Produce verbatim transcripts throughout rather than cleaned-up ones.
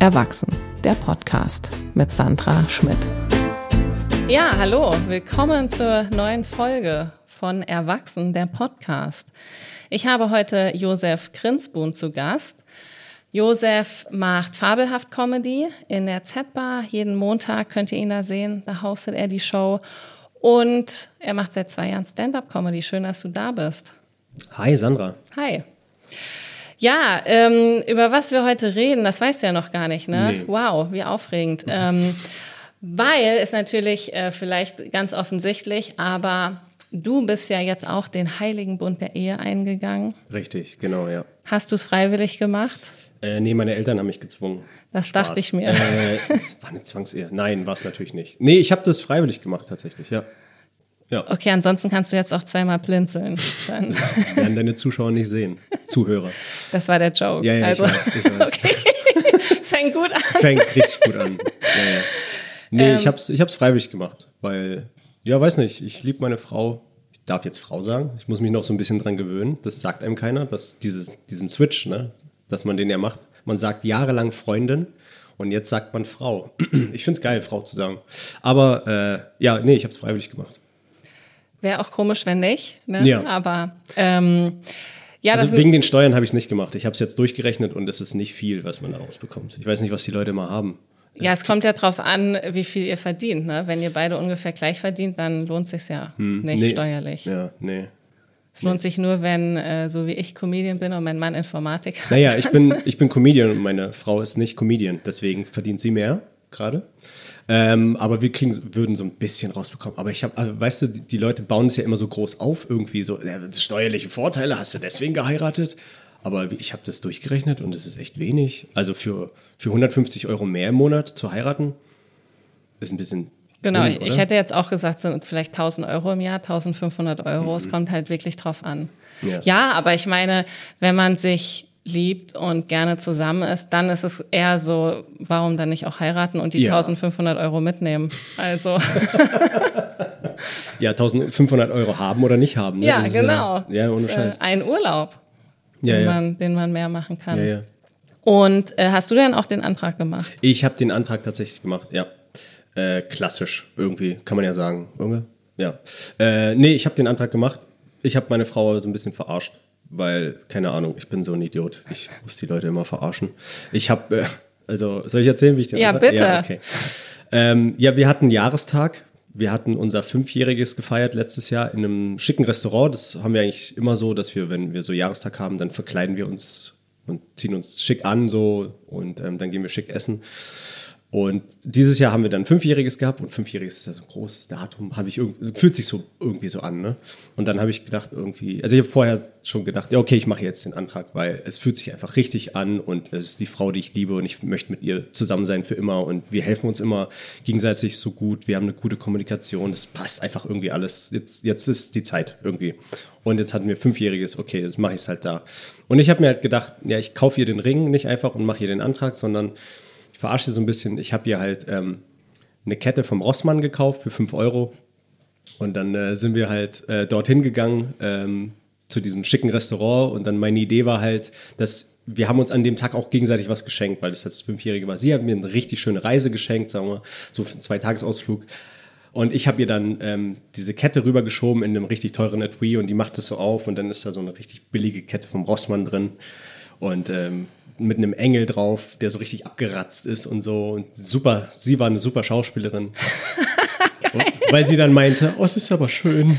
Erwachsen, der Podcast mit Sandra Schmidt. Ja, hallo, willkommen zur neuen Folge von Erwachsen, der Podcast. Ich habe heute Josef Krinsbuhn zu Gast. Josef macht fabelhaft Comedy in der Z-Bar. Jeden Montag könnt ihr ihn da sehen, da hostet er die Show. Und er macht seit zwei Jahren Stand-up-Comedy. Schön, dass du da bist. Hi, Sandra. Hi. Ja, ähm, über was wir heute reden, das weißt du ja noch gar nicht, ne? Nee. Wow, wie aufregend. ähm, weil, ist natürlich äh, vielleicht ganz offensichtlich, aber du bist ja jetzt auch den Heiligen Bund der Ehe eingegangen. Richtig, genau, ja. Hast du es freiwillig gemacht? Äh, nee, meine Eltern haben mich gezwungen. Das Spaß. dachte ich mir. Äh, es war eine Zwangsehe. Nein, war es natürlich nicht. Nee, ich habe das freiwillig gemacht, tatsächlich, ja. Ja. Okay, ansonsten kannst du jetzt auch zweimal blinzeln. Dann. Das werden deine Zuschauer nicht sehen. Zuhörer. Das war der Joke. Ja, ja, also, ich weiß, ich weiß. Okay. Es fängt gut an. Fängt richtig gut an. Ja, ja. Nee, ähm. ich hab's, ich hab's freiwillig gemacht, weil, ja, weiß nicht, ich liebe meine Frau. Ich darf jetzt Frau sagen. Ich muss mich noch so ein bisschen dran gewöhnen. Das sagt einem keiner, dass dieses, diesen Switch, ne, dass man den ja macht. Man sagt jahrelang Freundin und jetzt sagt man Frau. Ich find's geil, Frau zu sagen. Aber, äh, ja, nee, ich hab's freiwillig gemacht. Wäre auch komisch, wenn nicht. Ne? Ja. Aber ähm, ja, also das wegen den Steuern habe ich es nicht gemacht. Ich habe es jetzt durchgerechnet und es ist nicht viel, was man daraus bekommt. Ich weiß nicht, was die Leute mal haben. Ja, es kommt ja drauf an, wie viel ihr verdient. Ne? Wenn ihr beide ungefähr gleich verdient, dann lohnt es sich ja hm, nicht nee. steuerlich. Ja, nee. Es lohnt sich nur, wenn, äh, so wie ich, Comedian bin und mein Mann Informatiker. Naja, ich bin, ich bin Comedian und meine Frau ist nicht Comedian. Deswegen verdient sie mehr gerade. Ähm, aber wir kriegen, würden so ein bisschen rausbekommen. Aber ich habe, also, weißt du, die, die Leute bauen es ja immer so groß auf, irgendwie so, ja, steuerliche Vorteile, hast du deswegen geheiratet? Aber ich habe das durchgerechnet und es ist echt wenig. Also für, für hundertfünfzig Euro mehr im Monat zu heiraten, ist ein bisschen Genau, dünn, ich, ich hätte jetzt auch gesagt, sind vielleicht tausend Euro im Jahr, eintausendfünfhundert Euro. Mhm. Es kommt halt wirklich drauf an. Ja. ja, aber ich meine, wenn man sich liebt und gerne zusammen ist, dann ist es eher so, warum dann nicht auch heiraten und die ja. eintausendfünfhundert Euro mitnehmen? Also. Ja, eintausendfünfhundert Euro haben oder nicht haben. Ne? Ja, das genau. Ist, äh, ja, ohne Scheiß. Äh, ein Urlaub, ja, den, ja. Man, den man mehr machen kann. Ja, ja. Und äh, hast du denn auch den Antrag gemacht? Ich habe den Antrag tatsächlich gemacht, ja. Äh, klassisch irgendwie, kann man ja sagen. Irgendwie? Ja. Äh, nee, ich habe den Antrag gemacht. Ich habe meine Frau so ein bisschen verarscht. Weil, keine Ahnung, ich bin so ein Idiot. Ich muss die Leute immer verarschen. Ich habe, äh, also, soll ich erzählen, wie ich den Ja, Antrag? bitte. Ja, okay. Ähm, ja, wir hatten Jahrestag. Wir hatten unser Fünfjähriges gefeiert letztes Jahr in einem schicken Restaurant. Das haben wir eigentlich immer so, dass wir, wenn wir so Jahrestag haben, dann verkleiden wir uns und ziehen uns schick an so und ähm, dann gehen wir schick essen. Und dieses Jahr haben wir dann ein Fünfjähriges gehabt und Fünfjähriges ist ja so ein großes Datum, habe ich irgendwie, fühlt sich so irgendwie so an, ne? Und dann habe ich gedacht irgendwie, also ich habe vorher schon gedacht, ja okay, ich mache jetzt den Antrag, weil es fühlt sich einfach richtig an und es ist die Frau, die ich liebe und ich möchte mit ihr zusammen sein für immer und wir helfen uns immer gegenseitig so gut, wir haben eine gute Kommunikation, es passt einfach irgendwie alles, jetzt, jetzt ist die Zeit irgendwie. Und jetzt hatten wir Fünfjähriges, okay, jetzt mache ich es halt da. Und ich habe mir halt gedacht, ja, ich kaufe ihr den Ring nicht einfach und mache ihr den Antrag, sondern ich verarsche sie so ein bisschen. Ich habe ihr halt ähm, eine Kette vom Rossmann gekauft für fünf Euro. Und dann äh, sind wir halt äh, dorthin gegangen ähm, zu diesem schicken Restaurant. Und dann meine Idee war halt, dass wir haben uns an dem Tag auch gegenseitig was geschenkt, weil das das Fünfjährige war. Sie hat mir eine richtig schöne Reise geschenkt, sagen wir, so für einen Zweitagesausflug. Und ich habe ihr dann ähm, diese Kette rübergeschoben in einem richtig teuren Etui und die macht das so auf und dann ist da so eine richtig billige Kette vom Rossmann drin. Und ähm, mit einem Engel drauf, der so richtig abgeratzt ist und so. Und super, sie war eine super Schauspielerin. Und, weil sie dann meinte, oh, das ist aber schön.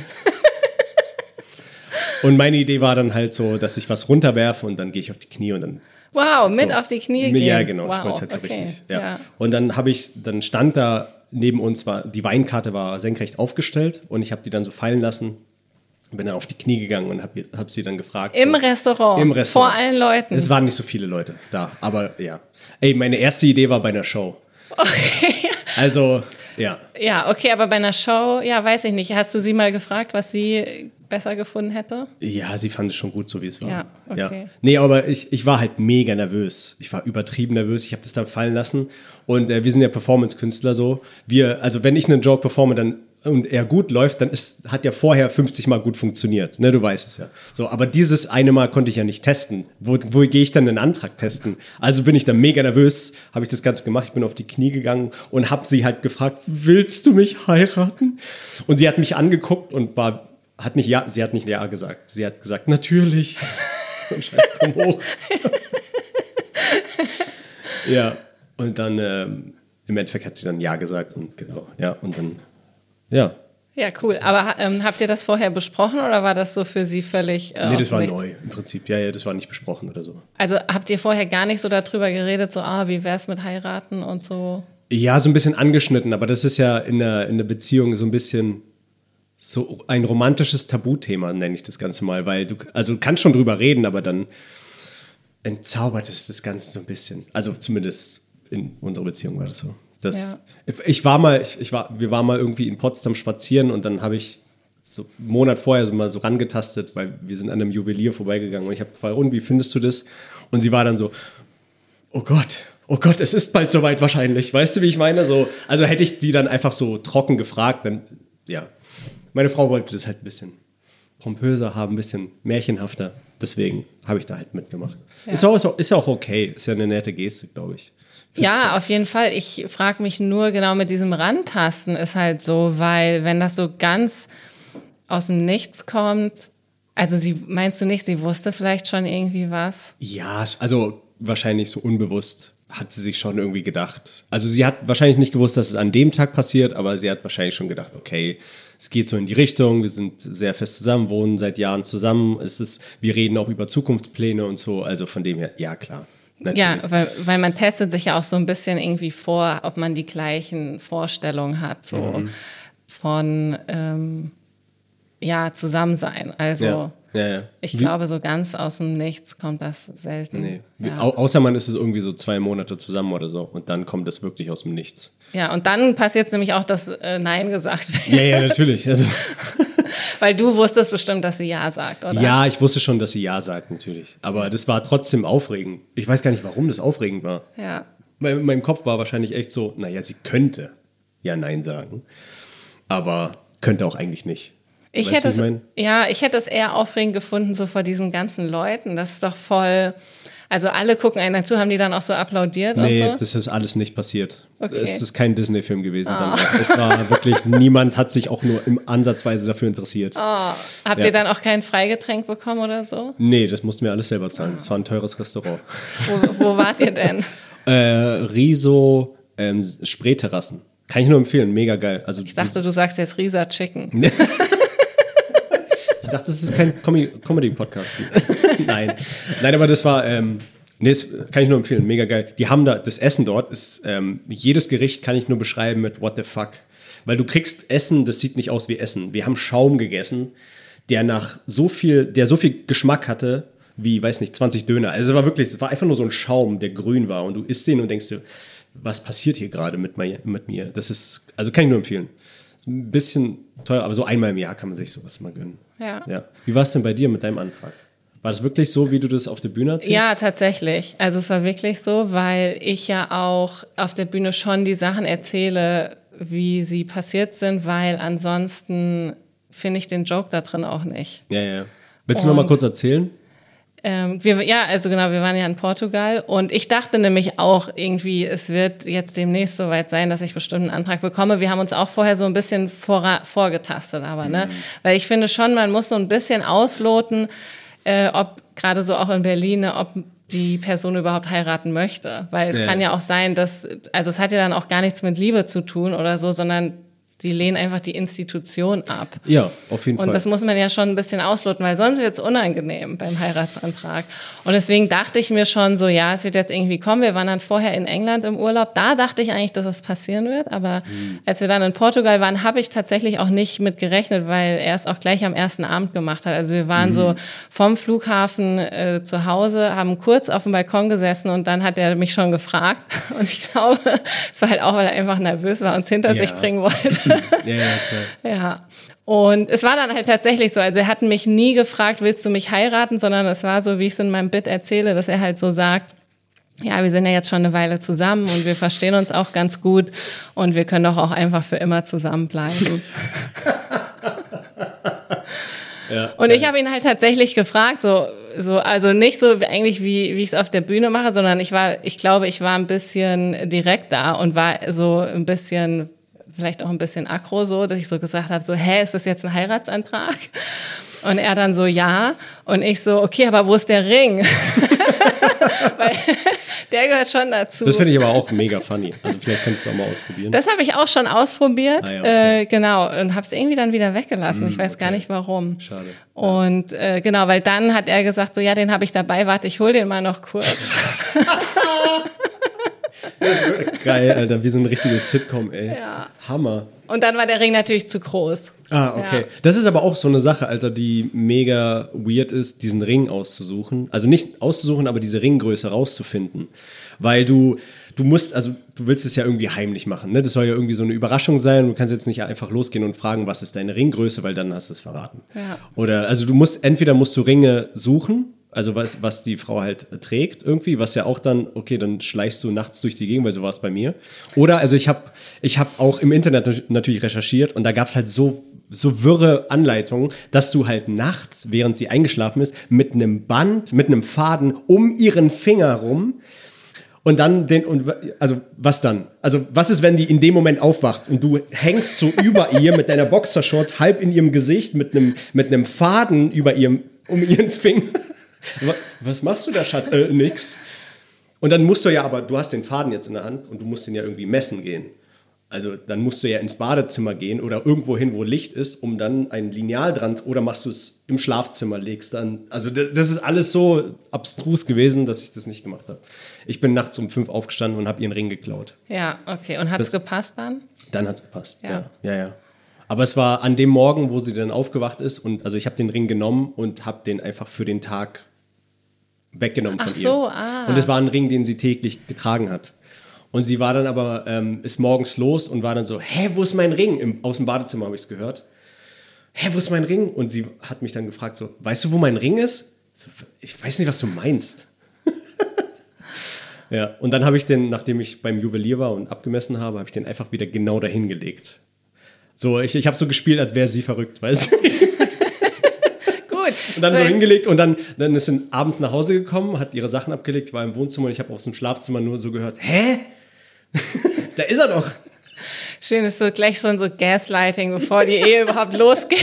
Und meine Idee war dann halt so, dass ich was runterwerfe und dann gehe ich auf die Knie und dann... Wow, mit so, auf die Knie gehen. Ja, genau, wow, ich wollte es halt so okay, richtig. Ja. ja. Und dann habe ich, dann stand da neben uns, war die Weinkarte war senkrecht aufgestellt und ich habe die dann so fallen lassen. Bin dann auf die Knie gegangen und habe hab sie dann gefragt. Im so, Restaurant? Im Restaurant. Vor allen Leuten? Es waren nicht so viele Leute da, aber ja. Ey, meine erste Idee war bei einer Show. Okay. Also, ja. Ja, okay, aber bei einer Show, ja, weiß ich nicht. Hast du sie mal gefragt, was sie besser gefunden hätte? Ja, sie fand es schon gut, so wie es war. Ja, okay. Ja. Nee, aber ich, ich war halt mega nervös. Ich war übertrieben nervös. Ich habe das dann fallen lassen. Und äh, wir sind ja Performance-Künstler so. Wir, also wenn ich einen Joke performe, dann und er gut läuft, dann ist, hat ja vorher fünfzig Mal gut funktioniert. Ne, du weißt es ja. So, aber dieses eine Mal konnte ich ja nicht testen. Wo, wo gehe ich dann den Antrag testen? Also bin ich dann mega nervös, habe ich das Ganze gemacht. Ich bin auf die Knie gegangen und habe sie halt gefragt, willst du mich heiraten? Und sie hat mich angeguckt und war, hat nicht ja, sie hat nicht ja gesagt. Sie hat gesagt, natürlich. Und Scheiß, komm hoch. Ja, und dann ähm, im Endeffekt hat sie dann ja gesagt und genau, ja, und dann Ja. Ja, cool. Aber ähm, habt ihr das vorher besprochen oder war das so für Sie völlig äh, Nee, das war nichts? neu im Prinzip. Ja, ja, das war nicht besprochen oder so. Also habt ihr vorher gar nicht so darüber geredet, so, ah, wie wär's mit heiraten und so? Ja, so ein bisschen angeschnitten, aber das ist ja in der, in der Beziehung so ein bisschen so ein romantisches Tabuthema, nenne ich das Ganze mal, weil du, also du kannst schon drüber reden, aber dann entzaubert es das Ganze so ein bisschen. Also zumindest in unserer Beziehung war das so. Das, ja. Ich war mal, ich, ich war, wir waren mal irgendwie in Potsdam spazieren und dann habe ich so einen Monat vorher so mal so rangetastet, weil wir sind an einem Juwelier vorbeigegangen und ich habe gefragt, und wie findest du das? Und sie war dann so, oh Gott, oh Gott, es ist bald soweit wahrscheinlich. Weißt du, wie ich meine? So, also hätte ich die dann einfach so trocken gefragt, dann, ja. Meine Frau wollte das halt ein bisschen pompöser haben, ein bisschen märchenhafter. Deswegen habe ich da halt mitgemacht. Ja. Ist, auch, ist ja auch okay. Ist ja eine nette Geste, glaube ich. Ja, auf jeden Fall. Ich frage mich nur genau mit diesem Rantasten ist halt so, weil wenn das so ganz aus dem Nichts kommt, also sie, meinst du nicht, sie wusste vielleicht schon irgendwie was? Ja, also wahrscheinlich so unbewusst hat sie sich schon irgendwie gedacht. Also sie hat wahrscheinlich nicht gewusst, dass es an dem Tag passiert, aber sie hat wahrscheinlich schon gedacht, okay, es geht so in die Richtung, wir sind sehr fest zusammen, wohnen seit Jahren zusammen, es ist, wir reden auch über Zukunftspläne und so, also von dem her, ja klar. Natürlich. Ja, weil, weil man testet sich ja auch so ein bisschen irgendwie vor, ob man die gleichen Vorstellungen hat, so mhm. von ähm, ja, Zusammensein. Also ja. Ja, ja. ich Wie? glaube, so ganz aus dem Nichts kommt das selten. Nee. Ja. Au- außer man ist es irgendwie so zwei Monate zusammen oder so und dann kommt es wirklich aus dem Nichts. Ja, und dann passiert es nämlich auch, dass äh, Nein gesagt wird. Ja, ja, natürlich. Also weil du wusstest bestimmt, dass sie Ja sagt, oder? ja, ich wusste schon, dass sie Ja sagt, natürlich. Aber das war trotzdem aufregend. Ich weiß gar nicht, warum das aufregend war. Ja. In meinem Kopf war wahrscheinlich echt so, naja, sie könnte Ja, Nein sagen. Aber könnte auch eigentlich nicht. Ich weißt hätte du, es, wie ich mein? ja, ich hätte es eher aufregend gefunden, so vor diesen ganzen Leuten. Das ist doch voll, also alle gucken einen dazu, haben die dann auch so applaudiert Nee, und so? das ist alles nicht passiert. Okay. Es ist kein Disney-Film gewesen, Oh. Sandra. Es war wirklich, niemand hat sich auch nur im Ansatzweise dafür interessiert. Oh. Habt Ja. ihr dann auch kein Freigetränk bekommen oder so? Nee, das mussten wir alles selber zahlen. Das war ein teures Restaurant. Wo, wo wart ihr denn? Äh, Riso ähm, Spreeterrassen. Kann ich nur empfehlen, mega geil. Also, Ich dachte, du sagst jetzt Risa Chicken. ich dachte, das ist kein Com- Comedy-Podcast. Nein. Nein, aber das war, ähm, nee, das kann ich nur empfehlen, mega geil. Die haben da, das Essen dort ist, ähm, jedes Gericht kann ich nur beschreiben mit what the fuck. Weil du kriegst Essen, das sieht nicht aus wie Essen. Wir haben Schaum gegessen, der nach so viel, der so viel Geschmack hatte, wie, weiß nicht, zwanzig Döner. Also es war wirklich, es war einfach nur so ein Schaum, der grün war. Und du isst den und denkst dir, was passiert hier gerade mit, mit mir? Das ist, also kann ich nur empfehlen. Ist ein bisschen teuer, aber so einmal im Jahr kann man sich sowas mal gönnen. Ja. Ja. Wie war es denn bei dir mit deinem Antrag? War das wirklich so, wie du das auf der Bühne erzählst? Ja, tatsächlich. Also es war wirklich so, weil ich ja auch auf der Bühne schon die Sachen erzähle, wie sie passiert sind, weil ansonsten finde ich den Joke da drin auch nicht. Ja, ja. Willst du noch mal kurz erzählen? Ähm, wir, ja, also genau, wir waren ja in Portugal und ich dachte nämlich auch irgendwie, es wird jetzt demnächst soweit sein, dass ich bestimmt einen Antrag bekomme. Wir haben uns auch vorher so ein bisschen vor, vorgetastet, aber ne, Mhm. weil ich finde schon, man muss so ein bisschen ausloten, äh, ob gerade so auch in Berlin, ne, ob die Person überhaupt heiraten möchte, weil es Ja. kann ja auch sein, dass, also es hat ja dann auch gar nichts mit Liebe zu tun oder so, sondern die lehnen einfach die Institution ab. Ja, auf jeden Und Fall. das muss man ja schon ein bisschen ausloten, weil sonst wird es unangenehm beim Heiratsantrag. Und deswegen dachte ich mir schon so, ja, es wird jetzt irgendwie kommen. Wir waren dann vorher in England im Urlaub. Da dachte ich eigentlich, dass es passieren wird. Aber mhm. als wir dann in Portugal waren, habe ich tatsächlich auch nicht mit gerechnet, weil er es auch gleich am ersten Abend gemacht hat. Also wir waren mhm. so vom Flughafen äh, zu Hause, haben kurz auf dem Balkon gesessen und dann hat er mich schon gefragt. Und ich glaube, es war halt auch, weil er einfach nervös war und es hinter Ja. sich bringen wollte. Ja, ja, klar. Ja, und es war dann halt tatsächlich so, also er hat mich nie gefragt, willst du mich heiraten, sondern es war so, wie ich es in meinem Bit erzähle, dass er halt so sagt, ja, wir sind ja jetzt schon eine Weile zusammen und wir verstehen uns auch ganz gut und wir können doch auch einfach für immer zusammenbleiben. Ja, und ich habe ihn halt tatsächlich gefragt, so, so, also nicht so eigentlich wie, wie ich es auf der Bühne mache, sondern ich war, ich glaube, ich war ein bisschen direkt da und war so ein bisschen, vielleicht auch ein bisschen aggro so, dass ich so gesagt habe, so, hä, ist das jetzt ein Heiratsantrag? Und er dann so, ja. Und ich so, okay, aber wo ist der Ring? Weil der gehört schon dazu. Das finde ich aber auch mega funny. Also vielleicht kannst du es auch mal ausprobieren. Das habe ich auch schon ausprobiert. Ah, ja, okay. äh, genau. Und habe es irgendwie dann wieder weggelassen. Mm, ich weiß okay. gar nicht, warum. Schade. Und äh, genau, weil dann hat er gesagt, so, ja, den habe ich dabei. Warte, ich hol den mal noch kurz. Das ist geil, Alter. Wie so ein richtiges Sitcom, ey. Ja. Hammer. Und dann war der Ring natürlich zu groß. Ah, okay. Ja. Das ist aber auch so eine Sache, Alter, die mega weird ist, diesen Ring auszusuchen. Also nicht auszusuchen, aber diese Ringgröße rauszufinden. Weil du, du musst, also du willst es ja irgendwie heimlich machen, ne? Das soll ja irgendwie so eine Überraschung sein. Du kannst jetzt nicht einfach losgehen und fragen, was ist deine Ringgröße, weil dann hast du es verraten. Ja. Oder, also du musst, entweder musst du Ringe suchen, also was, was die Frau halt trägt irgendwie, was ja auch dann, okay, dann schleichst du nachts durch die Gegend, weil so war es bei mir. Oder, also ich habe ich hab auch im Internet natürlich recherchiert und da gab es halt so, so wirre Anleitungen, dass du halt nachts, während sie eingeschlafen ist, mit einem Band, mit einem Faden um ihren Finger rum und dann den, und also was dann? Also was ist, wenn die in dem Moment aufwacht und du hängst so über ihr mit deiner Boxershorts halb in ihrem Gesicht mit einem, mit einem Faden über ihrem, um ihren Finger? Was machst du da, Schatz? Äh, nix. Und dann musst du ja, aber du hast den Faden jetzt in der Hand und du musst den ja irgendwie messen gehen. Also dann musst du ja ins Badezimmer gehen oder irgendwo hin, wo Licht ist, um dann ein Lineal dran, oder machst du es im Schlafzimmer, legst dann. Also das, das ist alles so abstrus gewesen, dass ich das nicht gemacht habe. Ich bin nachts um fünf aufgestanden und habe ihren Ring geklaut. Ja, okay. Und hat es gepasst dann? Dann hat es gepasst, ja. ja. Ja, ja. Aber es war an dem Morgen, wo sie dann aufgewacht ist und also ich habe den Ring genommen und habe den einfach für den Tag weggenommen von Ach ihr. so, ah. Und es war ein Ring, den sie täglich getragen hat. Und sie war dann aber, ähm, ist morgens los und war dann so, hä, wo ist mein Ring? Im, aus dem Badezimmer habe ich es gehört. Hä, wo ist mein Ring? Und sie hat mich dann gefragt so, weißt du, wo mein Ring ist? So, ich weiß nicht, was du meinst. Ja, und dann habe ich den, nachdem ich beim Juwelier war und abgemessen habe, habe ich den einfach wieder genau dahin gelegt. So, ich, ich habe so gespielt, als wäre sie verrückt, weißt du? Und dann so hingelegt und dann, dann ist sie abends nach Hause gekommen, hat ihre Sachen abgelegt, war im Wohnzimmer und ich habe aus dem Schlafzimmer nur so gehört, hä? Da ist er doch. Schön, ist so gleich schon so Gaslighting, bevor die Ehe überhaupt losgeht.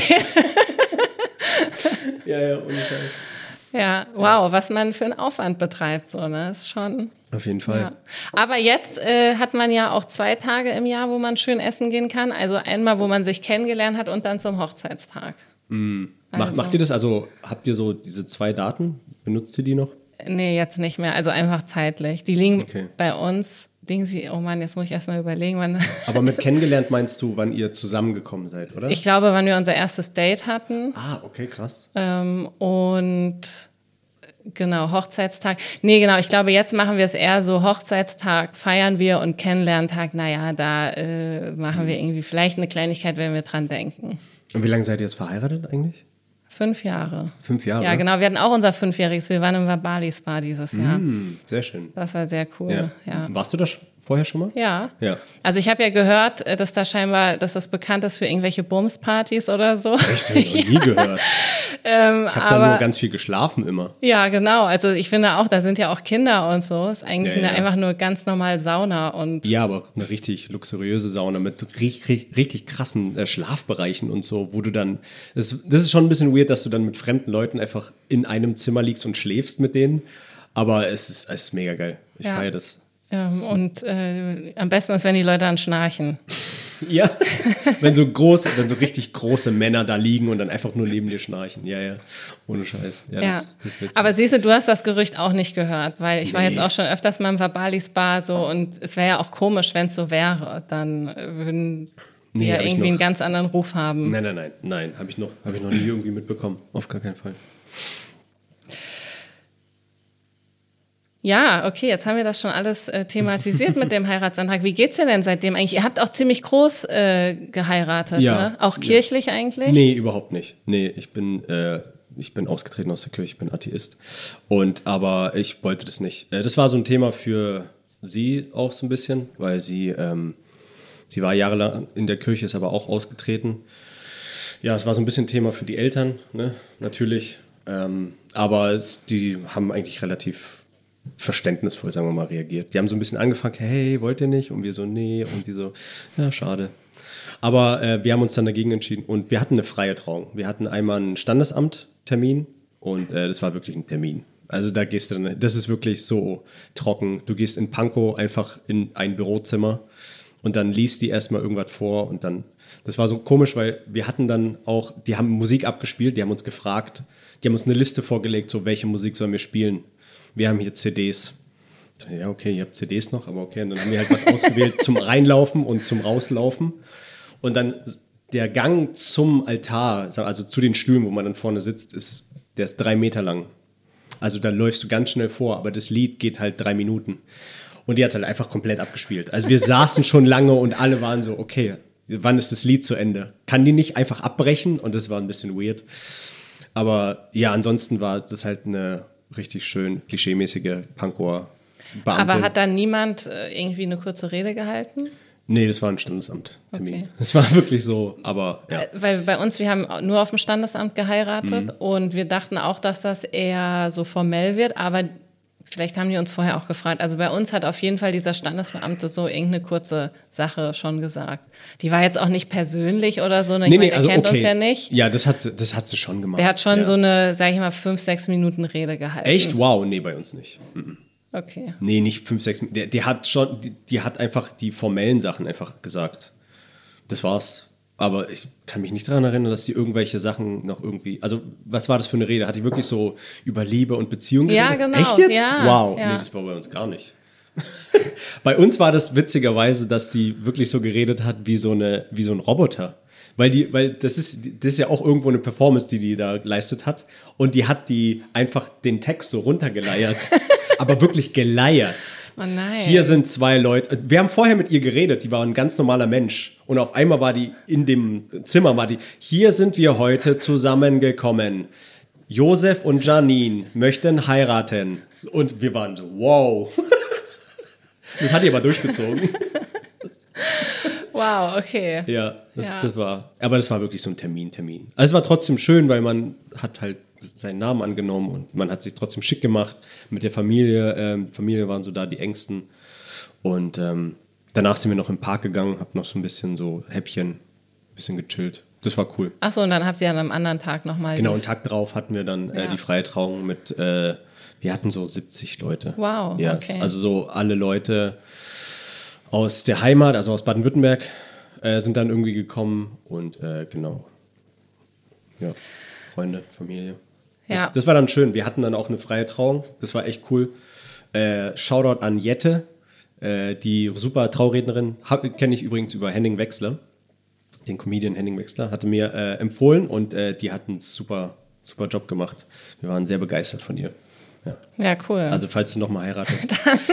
Ja, ja, ohne Scheiß. Ja, wow, was man für einen Aufwand betreibt, so, ne, ist schon. Auf jeden Fall. Ja. Aber jetzt äh, hat man ja auch zwei Tage im Jahr, wo man schön essen gehen kann. Also einmal, wo man sich kennengelernt hat und dann zum Hochzeitstag. Mm. Also. Macht ihr das? Also habt ihr so diese zwei Daten? Benutzt ihr die noch? Nee, jetzt nicht mehr. Also einfach zeitlich. Die liegen okay. bei uns, liegen sie, oh Mann, jetzt muss ich erst mal überlegen, wann. Aber mit kennengelernt meinst du, wann ihr zusammengekommen seid, oder? Ich glaube, wann wir unser erstes Date hatten. Ah, okay, krass. Ähm, und genau, Hochzeitstag. Nee, genau, ich glaube, jetzt machen wir es eher so, Hochzeitstag feiern wir und Kennenlerntag, naja, da äh, machen mhm. wir irgendwie vielleicht eine Kleinigkeit, wenn wir dran denken. Und wie lange seid ihr jetzt verheiratet eigentlich? Fünf Jahre. Fünf Jahre? Ja, genau. Wir hatten auch unser Fünfjähriges. Wir waren im Bali Spa dieses Jahr. Mm, sehr schön. Das war sehr cool. Ja. Ja. Warst du da vorher schon mal? Ja. ja. Also ich habe ja gehört, dass da scheinbar, dass das bekannt ist für irgendwelche Bumspartys oder so. Echt? Das habe ich noch nie gehört. ähm, ich habe da nur ganz viel geschlafen immer. Ja, genau. Also ich finde auch, da sind ja auch Kinder und so. Ist eigentlich ja, ja. Eine, einfach nur ganz normal Sauna. Und ja, aber eine richtig luxuriöse Sauna mit richtig, richtig krassen äh, Schlafbereichen und so, wo du dann, das, das ist schon ein bisschen weird, dass du dann mit fremden Leuten einfach in einem Zimmer liegst und schläfst mit denen. Aber es ist, es ist mega geil. Ich ja. feiere das. Ähm, und äh, am besten ist, wenn die Leute dann schnarchen. Ja, wenn so große, wenn so richtig große Männer da liegen und dann einfach nur neben dir schnarchen. Ja, ja, ohne Scheiß. Ja, ja. Das, das wird's. Aber siehst du, du hast das Gerücht auch nicht gehört, weil ich nee. war jetzt auch schon öfters mal im Bali Spa so und es wäre ja auch komisch, wenn es so wäre. Dann würden die nee, ja irgendwie noch einen ganz anderen Ruf haben. Nein, nein, nein, nein, habe ich noch, habe ich noch nie irgendwie mitbekommen. Auf gar keinen Fall. Ja, okay, jetzt haben wir das schon alles äh, thematisiert mit dem Heiratsantrag. Wie geht's dir denn seitdem eigentlich? Ihr habt auch ziemlich groß äh, geheiratet, ja, ne? Auch kirchlich ja. eigentlich? Nee, überhaupt nicht. Nee, ich bin äh, ich bin ausgetreten aus der Kirche, ich bin Atheist. Und, aber ich wollte das nicht. Äh, das war so ein Thema für sie auch so ein bisschen, weil sie, ähm, sie war jahrelang in der Kirche, ist aber auch ausgetreten. Ja, es war so ein bisschen Thema für die Eltern, ne? Natürlich. Ähm, aber es, die haben eigentlich relativ verständnisvoll, sagen wir mal, reagiert. Die haben so ein bisschen angefangen, hey, wollt ihr nicht? Und wir so, nee. Und die so, ja, schade. Aber äh, wir haben uns dann dagegen entschieden und wir hatten eine freie Trauung. Wir hatten einmal einen Standesamttermin und äh, das war wirklich ein Termin. Also da gehst du dann, das ist wirklich so trocken. Du gehst in Pankow einfach in ein Bürozimmer und dann liest die erstmal irgendwas vor und dann, das war so komisch, weil wir hatten dann auch, die haben Musik abgespielt, die haben uns gefragt, die haben uns eine Liste vorgelegt, so welche Musik sollen wir spielen. Wir haben hier C Ds. Ja, okay, ihr habt C Ds noch, aber okay. Und dann haben wir halt was ausgewählt zum Reinlaufen und zum Rauslaufen. Und dann der Gang zum Altar, also zu den Stühlen, wo man dann vorne sitzt, ist, der ist drei Meter lang. Also da läufst du ganz schnell vor, aber das Lied geht halt drei Minuten. Und die hat es halt einfach komplett abgespielt. Also wir saßen schon lange und alle waren so, okay, wann ist das Lied zu Ende? Kann die nicht einfach abbrechen? Und das war ein bisschen weird. Aber ja, ansonsten war das halt eine richtig schön klischeemäßige Pankower Beamtin. Aber hat dann niemand äh, irgendwie eine kurze Rede gehalten? Nee, das war ein Standesamttermin. Okay. Das war wirklich so, aber ja. Äh, Weil bei uns, wir haben nur auf dem Standesamt geheiratet Mhm. und wir dachten auch, dass das eher so formell wird, aber vielleicht haben die uns vorher auch gefragt. Also bei uns hat auf jeden Fall dieser Standesbeamte so irgendeine kurze Sache schon gesagt. Die war jetzt auch nicht persönlich oder so, ne? Ich Nee, meine, nee, der also kennt okay. uns ja nicht. Ja, das hat, das hat sie schon gemacht. Der hat schon ja. so eine, sag ich mal, fünf, sechs Minuten Rede gehalten. Echt? Wow, nee, bei uns nicht. Mhm. Okay. Nee, nicht fünf, sechs Minuten. Der, der hat schon, die, die hat einfach die formellen Sachen einfach gesagt. Das war's. Aber ich kann mich nicht daran erinnern, dass die irgendwelche Sachen noch irgendwie, also was war das für eine Rede? Hat die wirklich so über Liebe und Beziehungen Ja, geredet? genau. Echt jetzt? Ja, Wow, ja. nee, das war bei uns gar nicht. Bei uns war das witzigerweise, dass die wirklich so geredet hat wie so, eine, wie so ein Roboter. Weil, die, weil das, ist, das ist ja auch irgendwo eine Performance, die die da geleistet hat. Und die hat die einfach den Text so runtergeleiert. Aber wirklich geleiert. Oh nein. Hier sind zwei Leute. Wir haben vorher mit ihr geredet, die war ein ganz normaler Mensch. Und auf einmal war die in dem Zimmer, war die, hier sind wir heute zusammengekommen. Josef und Janine möchten heiraten. Und wir waren so, wow. Das hat die aber durchgezogen. Wow, okay. Ja, das, Ja. das war, aber das war wirklich so ein Termin, Termin. Also es war trotzdem schön, weil man hat halt seinen Namen angenommen und man hat sich trotzdem schick gemacht mit der Familie. Ähm, Familie waren so da die Engsten. Und ähm, danach sind wir noch im Park gegangen, hab noch so ein bisschen so Häppchen, ein bisschen gechillt. Das war cool. Ach so, und dann habt ihr an einem anderen Tag nochmal... Genau, einen Tag drauf hatten wir dann äh, Ja. die freie Trauung mit, äh, wir hatten so siebzig Leute. Wow, ja, okay. Also so alle Leute aus der Heimat, also aus Baden-Württemberg, äh, sind dann irgendwie gekommen und äh, genau, ja, Freunde, Familie. Das, Ja. das war dann schön. Wir hatten dann auch eine freie Trauung, das war echt cool. Äh, Shoutout an Jette, äh, die super Traurednerin, kenne ich übrigens über Henning Wechsler. Den Comedian Henning Wechsler, hatte mir äh, empfohlen und äh, die hat einen super, super Job gemacht. Wir waren sehr begeistert von ihr. Ja, Ja, cool. also falls du nochmal heiratest,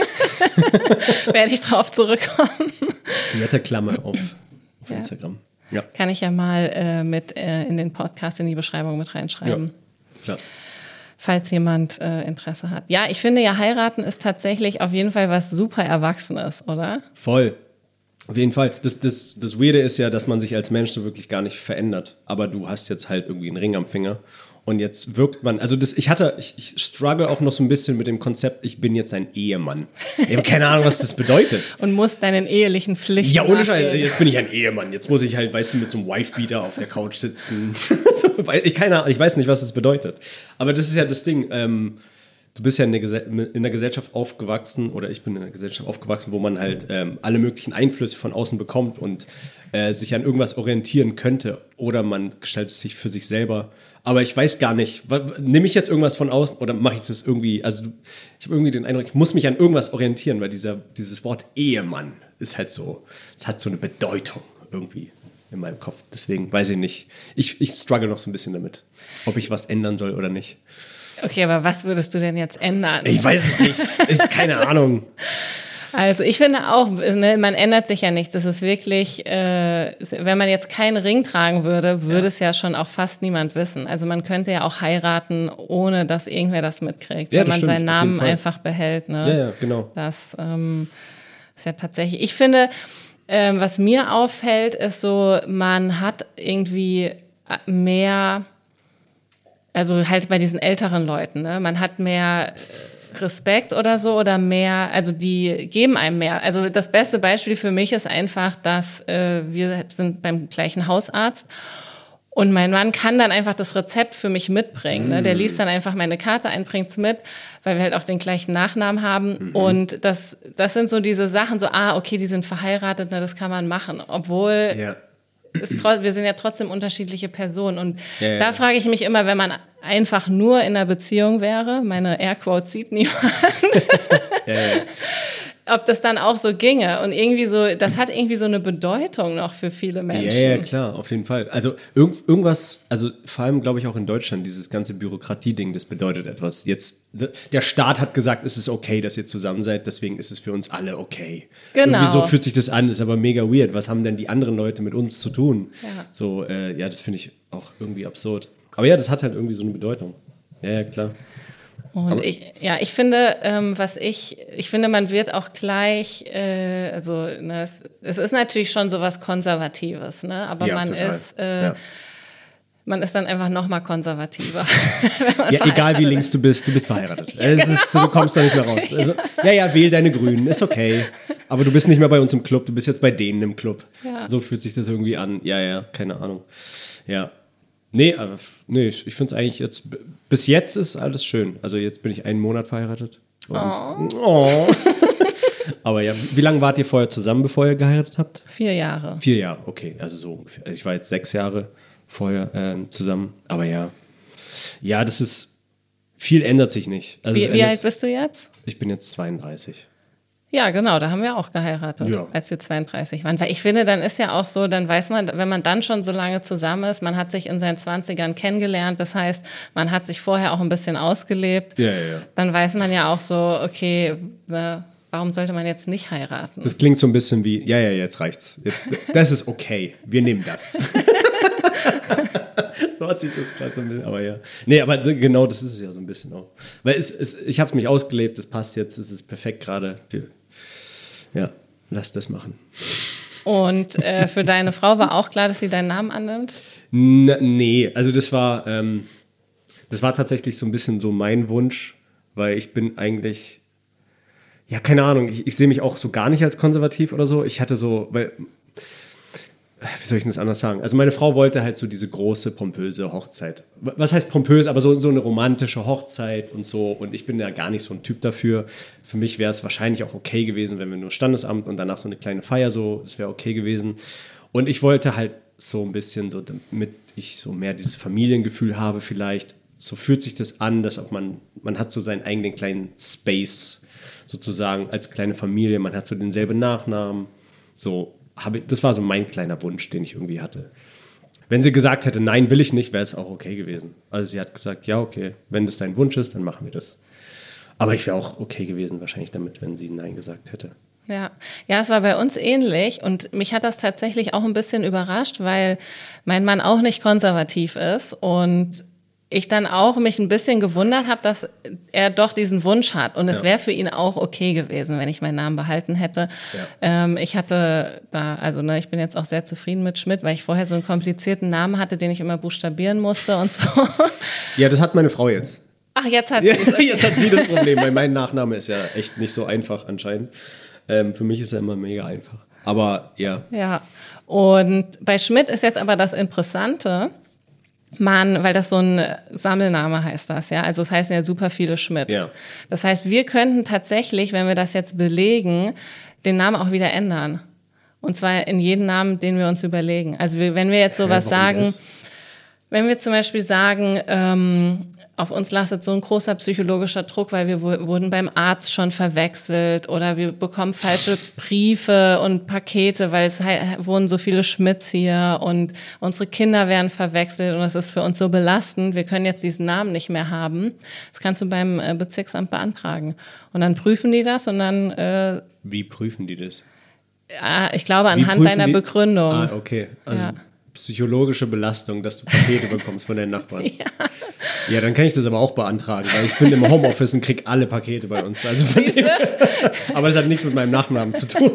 werde ich drauf zurückkommen. Jette Klammer auf, auf Ja. Instagram. Ja, Kann ich ja mal äh, mit äh, in den Podcast, in die Beschreibung mit ja, reinschreiben, klar. falls jemand äh, Interesse hat. Ja, ich finde ja, heiraten ist tatsächlich auf jeden Fall was super Erwachsenes, oder? Voll. Auf jeden Fall. Das, das, das Weirde ist ja, dass man sich als Mensch so wirklich gar nicht verändert. Aber du hast jetzt halt irgendwie einen Ring am Finger. Und jetzt wirkt man, also das, ich hatte, ich, ich struggle auch noch so ein bisschen mit dem Konzept, ich bin jetzt ein Ehemann. Ich habe keine Ahnung, was das bedeutet. Und musst deinen ehelichen Pflichten Ja, ohne Scheiß, nachgehen. jetzt bin ich ein Ehemann. Jetzt muss ich halt, weißt du, mit so einem Wife-Beater auf der Couch sitzen. So, weil ich, keine Ahnung, ich weiß nicht, was das bedeutet. Aber das ist ja das Ding. Ähm, du bist ja in der, Gese- in der Gesellschaft aufgewachsen, oder ich bin in der Gesellschaft aufgewachsen, wo man halt ähm, alle möglichen Einflüsse von außen bekommt und äh, sich an irgendwas orientieren könnte. Oder man gestaltet es sich für sich selber. Aber ich weiß gar nicht, wa- nehme ich jetzt irgendwas von außen oder mache ich das irgendwie, also du- ich habe irgendwie den Eindruck, ich muss mich an irgendwas orientieren, weil dieser, dieses Wort Ehemann ist halt so, es hat so eine Bedeutung irgendwie in meinem Kopf. Deswegen weiß ich nicht. Ich, ich struggle noch so ein bisschen damit, ob ich was ändern soll oder nicht. Okay, aber was würdest du denn jetzt ändern? Ich weiß es nicht. Ich, keine Ahnung. Also ich finde auch, ne, man ändert sich ja nichts. Das ist wirklich, äh, wenn man jetzt keinen Ring tragen würde, würde ja. es ja schon auch fast niemand wissen. Also man könnte ja auch heiraten, ohne dass irgendwer das mitkriegt, ja, wenn man stimmt, seinen Namen einfach behält. Ne? Ja, ja, genau. Das ähm, ist ja tatsächlich, ich finde, ähm, was mir auffällt, ist so, man hat irgendwie mehr, also halt bei diesen älteren Leuten, ne, man hat mehr Respekt oder so oder mehr, also die geben einem mehr. Also das beste Beispiel für mich ist einfach, dass äh, wir sind beim gleichen Hausarzt und mein Mann kann dann einfach das Rezept für mich mitbringen. Ne? Der liest dann einfach meine Karte ein, bringt's mit, weil wir halt auch den gleichen Nachnamen haben. Mhm. Und das, das sind so diese Sachen, so, ah, okay, die sind verheiratet, ne, das kann man machen. Obwohl ja. ist, wir sind ja trotzdem unterschiedliche Personen. Und ja, ja. da frage ich mich immer, wenn man einfach nur in einer Beziehung wäre, meine Airquote sieht niemand, ja, ja. ob das dann auch so ginge. Und irgendwie so, das hat irgendwie so eine Bedeutung noch für viele Menschen. Ja, ja, klar, auf jeden Fall. Also irg- irgendwas, also vor allem glaube ich auch in Deutschland, dieses ganze Bürokratie-Ding, das bedeutet etwas. Jetzt, der Staat hat gesagt, es ist okay, dass ihr zusammen seid, deswegen ist es für uns alle okay. Genau. Irgendwie so fühlt sich das an, ist aber mega weird. Was haben denn die anderen Leute mit uns zu tun? Ja. So, äh, ja, das finde ich auch irgendwie absurd. Aber ja, das hat halt irgendwie so eine Bedeutung. Ja, ja, klar. Und aber ich, ja, ich finde, ähm, was ich, ich finde, man wird auch gleich, äh, also ne, es, es ist natürlich schon so was Konservatives, ne? Aber ja, man total. ist, äh, ja. man ist dann einfach noch mal konservativer. Ja, egal wie links du bist, du bist verheiratet. Ja, genau. ist, du kommst da nicht mehr raus. Also, ja, ja, wähl deine Grünen, ist okay. Aber du bist nicht mehr bei uns im Club, du bist jetzt bei denen im Club. Ja. So fühlt sich das irgendwie an. Ja, ja, keine Ahnung. Ja. Nee, aber, nee, ich, ich finde es eigentlich jetzt, bis jetzt ist alles schön. Also jetzt bin ich einen Monat verheiratet. Und, oh. oh. Aber ja, wie lange wart ihr vorher zusammen, bevor ihr geheiratet habt? Vier Jahre. Vier Jahre, okay, also so ungefähr. Also ich war jetzt sechs Jahre vorher äh, zusammen, aber ja. Ja, das ist, viel ändert sich nicht. Also wie wie alt bist du jetzt? Ich bin jetzt zweiunddreißig. Ja, genau, da haben wir auch geheiratet, ja. als wir zweiunddreißig waren. Weil ich finde, dann ist ja auch so, dann weiß man, wenn man dann schon so lange zusammen ist, man hat sich in seinen zwanzigern kennengelernt, das heißt, man hat sich vorher auch ein bisschen ausgelebt, ja, ja, ja. Dann weiß man ja auch so, okay, ne, warum sollte man jetzt nicht heiraten? Das klingt so ein bisschen wie, ja, ja, jetzt reicht's. Jetzt, das ist okay, wir nehmen das. So hat sich das gerade so ein bisschen, aber ja. Nee, aber genau das ist es ja so ein bisschen auch. Weil es, es, ich habe es mich ausgelebt, es passt jetzt, es ist perfekt gerade. Ja, lass das machen. Und äh, für deine Frau war auch klar, dass sie deinen Namen annimmt? N- nee, also das war, ähm, das war tatsächlich so ein bisschen so mein Wunsch, weil ich bin eigentlich, ja, keine Ahnung, ich, ich sehe mich auch so gar nicht als konservativ oder so. Ich hatte so, weil, wie soll ich das anders sagen? Also meine Frau wollte halt so diese große, pompöse Hochzeit. Was heißt pompös? Aber so, so eine romantische Hochzeit und so. Und ich bin ja gar nicht so ein Typ dafür. Für mich wäre es wahrscheinlich auch okay gewesen, wenn wir nur Standesamt und danach so eine kleine Feier so, das wäre okay gewesen. Und ich wollte halt so ein bisschen so, damit ich so mehr dieses Familiengefühl habe vielleicht. So fühlt sich das an, dass auch man, man hat so seinen eigenen kleinen Space sozusagen als kleine Familie. Man hat so denselben Nachnamen, so. Habe, das war so mein kleiner Wunsch, den ich irgendwie hatte. Wenn sie gesagt hätte, nein, will ich nicht, wäre es auch okay gewesen. Also sie hat gesagt, ja, okay, wenn das dein Wunsch ist, dann machen wir das. Aber ich wäre auch okay gewesen wahrscheinlich damit, wenn sie nein gesagt hätte. Ja. Ja, es war bei uns ähnlich und mich hat das tatsächlich auch ein bisschen überrascht, weil mein Mann auch nicht konservativ ist und ich dann auch mich ein bisschen gewundert habe, dass er doch diesen Wunsch hat. Und es ja. wäre für ihn auch okay gewesen, wenn ich meinen Namen behalten hätte. Ja. Ähm, ich hatte da, also ne, ich bin jetzt auch sehr zufrieden mit Schmidt, weil ich vorher so einen komplizierten Namen hatte, den ich immer buchstabieren musste und so. Ja, das hat meine Frau jetzt. Ach, jetzt hat sie ja, jetzt hat sie das Problem, weil mein Nachname ist ja echt nicht so einfach anscheinend. Ähm, für mich ist er immer mega einfach. Aber ja. Ja, und bei Schmidt ist jetzt aber das Interessante, Man, weil das so ein Sammelname heißt das, ja. Also es heißen ja super viele Schmidt. Ja. Das heißt, wir könnten tatsächlich, wenn wir das jetzt belegen, den Namen auch wieder ändern. Und zwar in jeden Namen, den wir uns überlegen. Also wir, wenn wir jetzt sowas ja, sagen, das? Wenn wir zum Beispiel sagen, ähm, auf uns lastet so ein großer psychologischer Druck, weil wir w- wurden beim Arzt schon verwechselt oder wir bekommen falsche Briefe und Pakete, weil es he- wohnen so viele Schmidts hier und unsere Kinder werden verwechselt und das ist für uns so belastend. Wir können jetzt diesen Namen nicht mehr haben. Das kannst du beim äh, Bezirksamt beantragen. Und dann prüfen die das und dann, äh, Wie prüfen die das? äh, ich glaube, Wie anhand prüfen deiner die? Begründung. Ah, okay. Also Ja. psychologische Belastung, dass du Pakete bekommst von deinen Nachbarn. Ja. Ja, dann kann ich das aber auch beantragen, weil ich bin im Homeoffice und krieg alle Pakete bei uns. Also von dem, aber das hat nichts mit meinem Nachnamen zu tun.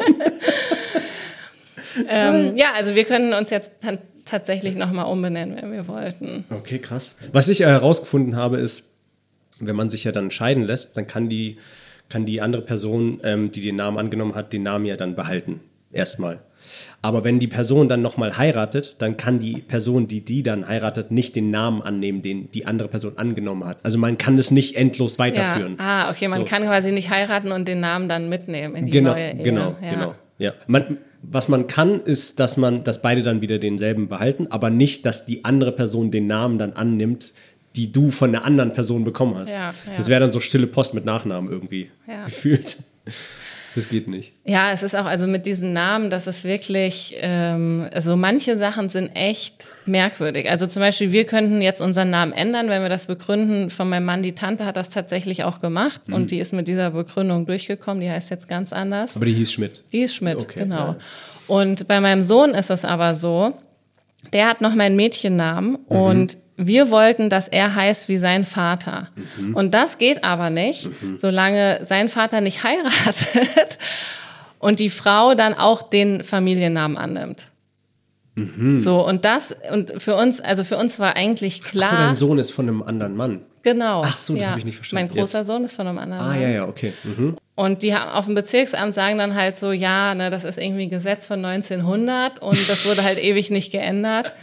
ähm, ja, also wir können uns jetzt dann tatsächlich nochmal umbenennen, wenn wir wollten. Okay, krass. Was ich äh, herausgefunden habe, ist, wenn man sich ja dann scheiden lässt, dann kann die, kann die andere Person, ähm, die den Namen angenommen hat, den Namen ja dann behalten. Erstmal. Aber wenn die Person dann nochmal heiratet, dann kann die Person, die die dann heiratet, nicht den Namen annehmen, den die andere Person angenommen hat. Also man kann das nicht endlos weiterführen. Ja. Ah, okay, man So. kann quasi nicht heiraten und den Namen dann mitnehmen in die Genau, neue Ehe. genau, ja. genau. Ja. Man, was man kann, ist, dass man, dass beide dann wieder denselben behalten, aber nicht, dass die andere Person den Namen dann annimmt, die du von der anderen Person bekommen hast. Ja, ja. Das wäre dann so stille Post mit Nachnamen irgendwie Ja. gefühlt. Das geht nicht. Ja, es ist auch, also mit diesen Namen, das ist wirklich, ähm, also manche Sachen sind echt merkwürdig. Also zum Beispiel, wir könnten jetzt unseren Namen ändern, wenn wir das begründen. Von meinem Mann, die Tante hat das tatsächlich auch gemacht Mhm. und die ist mit dieser Begründung durchgekommen. Die heißt jetzt ganz anders. Aber die hieß Schmidt. Die ist Schmidt, Okay, genau. ja. Und bei meinem Sohn ist es aber so, der hat noch meinen Mädchennamen Mhm. und wir wollten, dass er heißt wie sein Vater. Mhm. Und das geht aber nicht, solange sein Vater nicht heiratet und die Frau dann auch den Familiennamen annimmt. Mhm. So, und das, und für uns, also für uns war eigentlich klar. Achso, dein Sohn ist von einem anderen Mann. Genau. Ach so, das ja. habe ich nicht verstanden. Mein großer Sohn ist von einem anderen Ah, Mann. ja, ja, okay. Mhm. Und die haben auf dem Bezirksamt sagen dann halt so, ja, ne, das ist irgendwie ein Gesetz von neunzehnhundert und das wurde halt ewig nicht geändert.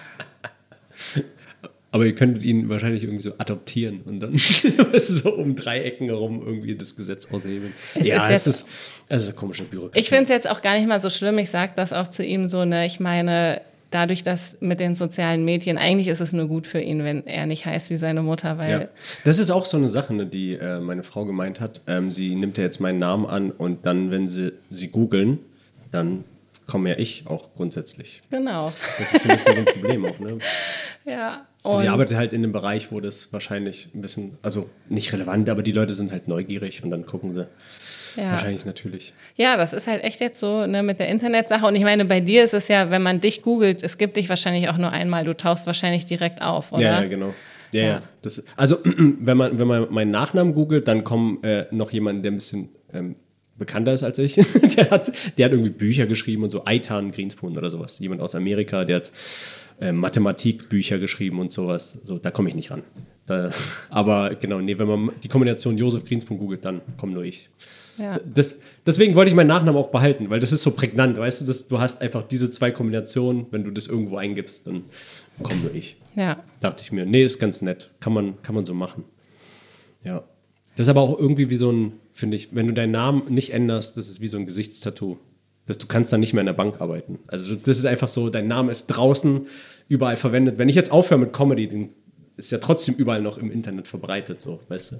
Aber ihr könntet ihn wahrscheinlich irgendwie so adoptieren und dann weißt du, so um drei Ecken herum irgendwie das Gesetz aushebeln. Es ja, ist es jetzt- ist, es ist eine komische Bürokratie. Ich finde es jetzt auch gar nicht mal so schlimm. Ich sage das auch zu ihm so, ne, ich meine, dadurch, dass mit den sozialen Medien, eigentlich ist es nur gut für ihn, wenn er nicht heißt wie seine Mutter, weil Ja. Das ist auch so eine Sache, ne, die äh, meine Frau gemeint hat. Ähm, sie nimmt ja jetzt meinen Namen an und dann, wenn sie sie googeln, dann komme ja ich auch grundsätzlich. genau. Das ist so ein bisschen so ein Problem auch. Ne? Ja. Und Sie arbeitet halt in einem Bereich, wo das wahrscheinlich ein bisschen, also nicht relevant, aber die Leute sind halt neugierig und dann gucken sie ja. wahrscheinlich natürlich. Ja, das ist halt echt jetzt so, ne, mit der Internetsache. Und ich meine, bei dir ist es ja, wenn man dich googelt, es gibt dich wahrscheinlich auch nur einmal. Du tauchst wahrscheinlich direkt auf, oder? Ja, ja, genau. Ja, ja. Ja. Das, also, wenn man, wenn man meinen Nachnamen googelt, dann kommt äh, noch jemand, der ein bisschen ähm, bekannter ist als ich. der, hat, der hat irgendwie Bücher geschrieben und so, Eitan Greenspoon oder sowas. Jemand aus Amerika, der hat äh, Mathematikbücher geschrieben und sowas. So, da komme ich nicht ran. Da, aber genau, nee, wenn man die Kombination Josef Greenspoon googelt, dann komme nur ich. Ja. Das, deswegen wollte ich meinen Nachnamen auch behalten, weil das ist so prägnant, weißt du, das, du hast einfach diese zwei Kombinationen, wenn du das irgendwo eingibst, dann komme nur ich. Ja. Dachte ich mir, nee, ist ganz nett, kann man, kann man so machen. Ja. Das ist aber auch irgendwie wie so ein, finde ich, wenn du deinen Namen nicht änderst, das ist wie so ein Gesichtstattoo. Das, du kannst dann nicht mehr in der Bank arbeiten. Also das ist einfach so, dein Name ist draußen überall verwendet. Wenn ich jetzt aufhöre mit Comedy, dann ist ja trotzdem überall noch im Internet verbreitet, so, weißt du.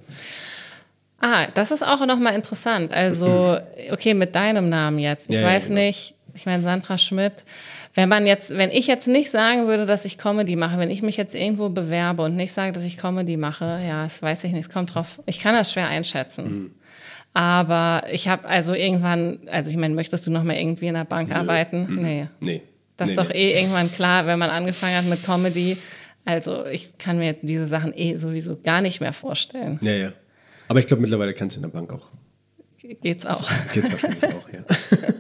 Ah, das ist auch nochmal interessant. Also, okay, mit deinem Namen jetzt. Ich Ja, ja, weiß genau. nicht, ich meine Sandra Schmidt, wenn man jetzt, wenn ich jetzt nicht sagen würde, dass ich Comedy mache, wenn ich mich jetzt irgendwo bewerbe und nicht sage, dass ich Comedy mache, ja, das weiß ich nicht, es kommt drauf, ich kann das schwer einschätzen. Mhm. Aber ich habe also irgendwann, also ich meine, möchtest du noch mal irgendwie in der Bank arbeiten? Nee. Nee. Das nee, ist doch nee. eh irgendwann klar, wenn man angefangen hat mit Comedy. Also ich kann mir diese Sachen eh sowieso gar nicht mehr vorstellen. Ja, ja. Aber ich glaube, mittlerweile kannst du in der Bank auch. Geht's auch. Geht's wahrscheinlich auch, ja.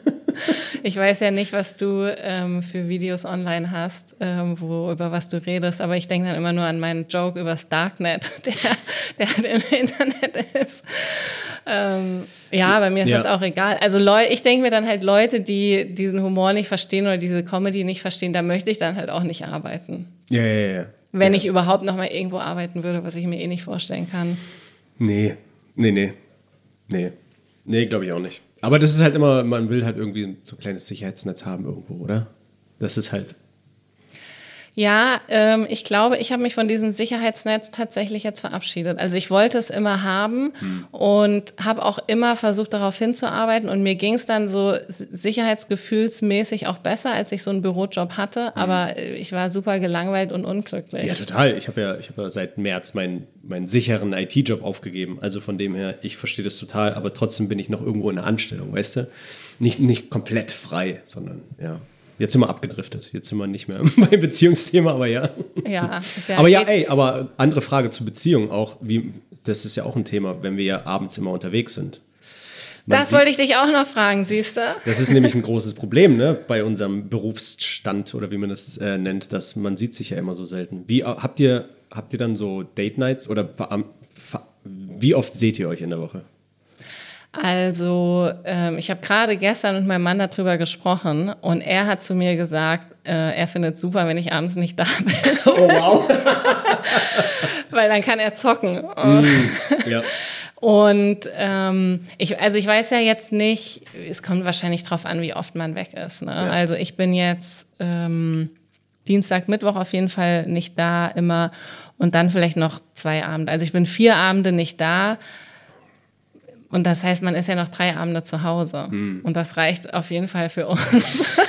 Ich weiß ja nicht, was du ähm, für Videos online hast, ähm, wo, über was du redest, aber ich denke dann immer nur an meinen Joke übers Darknet, der, der halt im Internet ist. Ähm, ja, bei mir ist Ja. das auch egal. Also Leu ich denke mir dann halt Leute, die diesen Humor nicht verstehen oder diese Comedy nicht verstehen, da möchte ich dann halt auch nicht arbeiten. Ja, ja, ja. Wenn ja. ich überhaupt noch mal irgendwo arbeiten würde, was ich mir eh nicht vorstellen kann. Nee, nee, nee. Nee, nee, glaube ich auch nicht. Aber das ist halt immer, man will halt irgendwie so ein kleines Sicherheitsnetz haben irgendwo, oder? Das ist halt, Ja, ähm, ich glaube, ich habe mich von diesem Sicherheitsnetz tatsächlich jetzt verabschiedet. Also ich wollte es immer haben hm. und habe auch immer versucht, darauf hinzuarbeiten. Und mir ging es dann so sicherheitsgefühlsmäßig auch besser, als ich so einen Bürojob hatte. Hm. Aber ich war super gelangweilt und unglücklich. Ja, total. Ich habe ja, ich habe ja seit März meinen meinen sicheren I T-Job aufgegeben. Also von dem her, ich verstehe das total. Aber trotzdem bin ich noch irgendwo in der Anstellung, weißt du? Nicht, nicht komplett frei, sondern ja. Jetzt sind wir abgedriftet. Jetzt sind wir nicht mehr beim Beziehungsthema, aber ja. Ja, ja aber ja, ey, aber andere Frage zur Beziehung auch. Wie, das ist ja auch ein Thema, wenn wir ja abends immer unterwegs sind. Man das sieht, wollte ich dich auch noch fragen, siehst du? Das ist nämlich ein großes Problem, ne, bei unserem Berufsstand oder wie man das äh, nennt, dass man sieht sich ja immer so selten. Wie habt ihr, habt ihr dann so Date Nights oder wie oft seht ihr euch in der Woche? Also ähm, ich habe gerade gestern mit meinem Mann darüber gesprochen und er hat zu mir gesagt, äh, er findet es super, wenn ich abends nicht da bin. Oh wow. Weil dann kann er zocken. Mm, ja. Und ähm, ich, also ich weiß ja jetzt nicht, es kommt wahrscheinlich drauf an, wie oft man weg ist. Ne? Ja. Also ich bin jetzt ähm, Dienstag, Mittwoch auf jeden Fall nicht da immer und dann vielleicht noch zwei Abende. Also ich bin vier Abende nicht da. Und das heißt, man ist ja noch drei Abende zu Hause. Hm. Und das reicht auf jeden Fall für uns.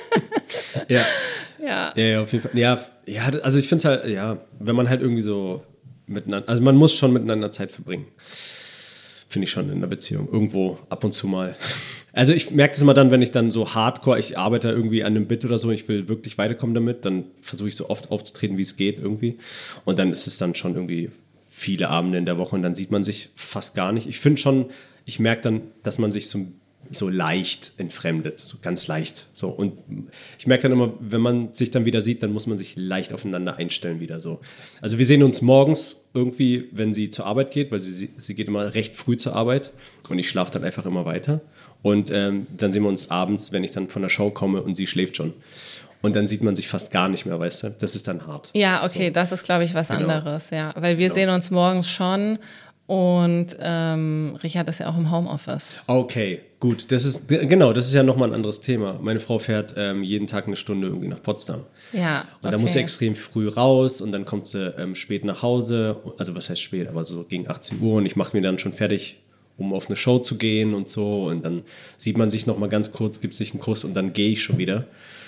ja. Ja. Ja, ja, auf jeden Fall. Ja, ja, also ich finde es halt, ja, wenn man halt irgendwie so miteinander, also man muss schon miteinander Zeit verbringen. Finde ich schon in einer Beziehung. Irgendwo ab und zu mal. Also ich merke das immer dann, wenn ich dann so hardcore, ich arbeite irgendwie an einem Bit oder so, ich will wirklich weiterkommen damit, dann versuche ich so oft aufzutreten, wie es geht irgendwie. Und dann ist es dann schon irgendwie viele Abende in der Woche und dann sieht man sich fast gar nicht. Ich finde schon, ich merke dann, dass man sich so, so leicht entfremdet, so ganz leicht. So. Und ich merke dann immer, wenn man sich dann wieder sieht, dann muss man sich leicht aufeinander einstellen wieder. So. Also wir sehen uns morgens irgendwie, wenn sie zur Arbeit geht, weil sie, sie geht immer recht früh zur Arbeit und ich schlafe dann einfach immer weiter. Und ähm, dann sehen wir uns abends, wenn ich dann von der Show komme und sie schläft schon. Und dann sieht man sich fast gar nicht mehr, weißt du? Das ist dann hart. Ja, okay, so. Das ist, glaube ich, was genau. anderes, ja. Weil wir genau. sehen uns morgens schon und ähm, Richard ist ja auch im Homeoffice. Okay, gut. Das ist, genau, das ist ja nochmal ein anderes Thema. Meine Frau fährt ähm, jeden Tag eine Stunde irgendwie nach Potsdam. Ja, Und okay. da muss sie extrem früh raus und dann kommt sie ähm, spät nach Hause. Also was heißt spät, aber so gegen achtzehn Uhr und ich mache mir dann schon fertig, um auf eine Show zu gehen und so. Und dann sieht man sich nochmal ganz kurz, gibt sich einen Kuss und dann gehe ich schon wieder.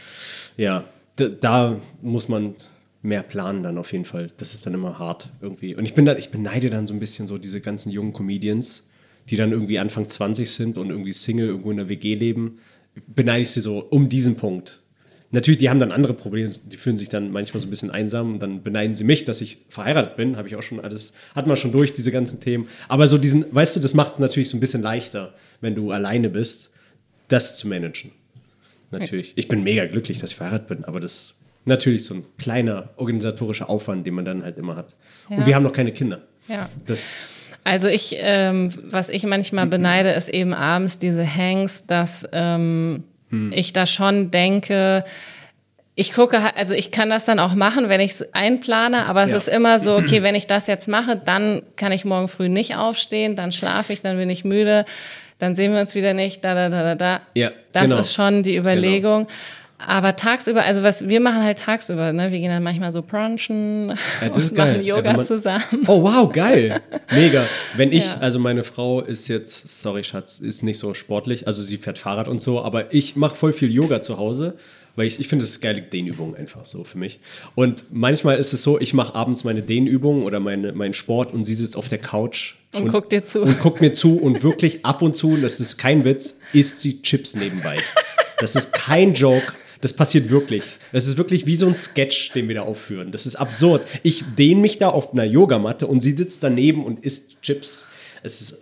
Ja, d- da muss man mehr planen dann auf jeden Fall. Das ist dann immer hart irgendwie. Und ich bin da, ich beneide dann so ein bisschen so diese ganzen jungen Comedians, die dann irgendwie Anfang zwanzig sind und irgendwie Single irgendwo in der W G leben. Beneide ich sie so um diesen Punkt. Natürlich, die haben dann andere Probleme, die fühlen sich dann manchmal so ein bisschen einsam und dann beneiden sie mich, dass ich verheiratet bin. Habe ich auch schon alles, hat man schon durch, diese ganzen Themen. Aber so diesen, weißt du, das macht es natürlich so ein bisschen leichter, wenn du alleine bist, das zu managen. Natürlich. Ich bin mega glücklich, dass ich verheiratet bin, aber das ist natürlich so ein kleiner organisatorischer Aufwand, den man dann halt immer hat. Ja. Und wir haben noch keine Kinder. Ja. Das also ich, ähm, was ich manchmal beneide, ist eben abends diese Hangs, dass ähm, hm. ich da schon denke, ich gucke, also ich kann das dann auch machen, wenn ich es einplane, aber es ja. ist immer so, okay, wenn ich das jetzt mache, dann kann ich morgen früh nicht aufstehen, dann schlafe ich, dann bin ich müde. Dann sehen wir uns wieder nicht, da, da, da, da, da. Ja, das genau. ist schon die Überlegung. Genau. Aber tagsüber, also was wir machen halt tagsüber, ne? Wir gehen dann manchmal so brunchen ja, das ist und geil. machen Yoga ja, man, zusammen. Oh wow, geil. Mega. Wenn ich, ja. also meine Frau ist jetzt, sorry Schatz, ist nicht so sportlich, also sie fährt Fahrrad und so, aber ich mache voll viel Yoga zu Hause. Weil ich, ich finde, das ist geile Dehnübung einfach so für mich. Und manchmal ist es so, ich mache abends meine Dehnübungen oder meine, meinen Sport und sie sitzt auf der Couch. Und, und guckt dir zu. Und guckt mir zu und wirklich ab und zu, das ist kein Witz, isst sie Chips nebenbei. Das ist kein Joke. Das passiert wirklich. Das ist wirklich wie so ein Sketch, den wir da aufführen. Das ist absurd. Ich dehne mich da auf einer Yogamatte und sie sitzt daneben und isst Chips. Es ist...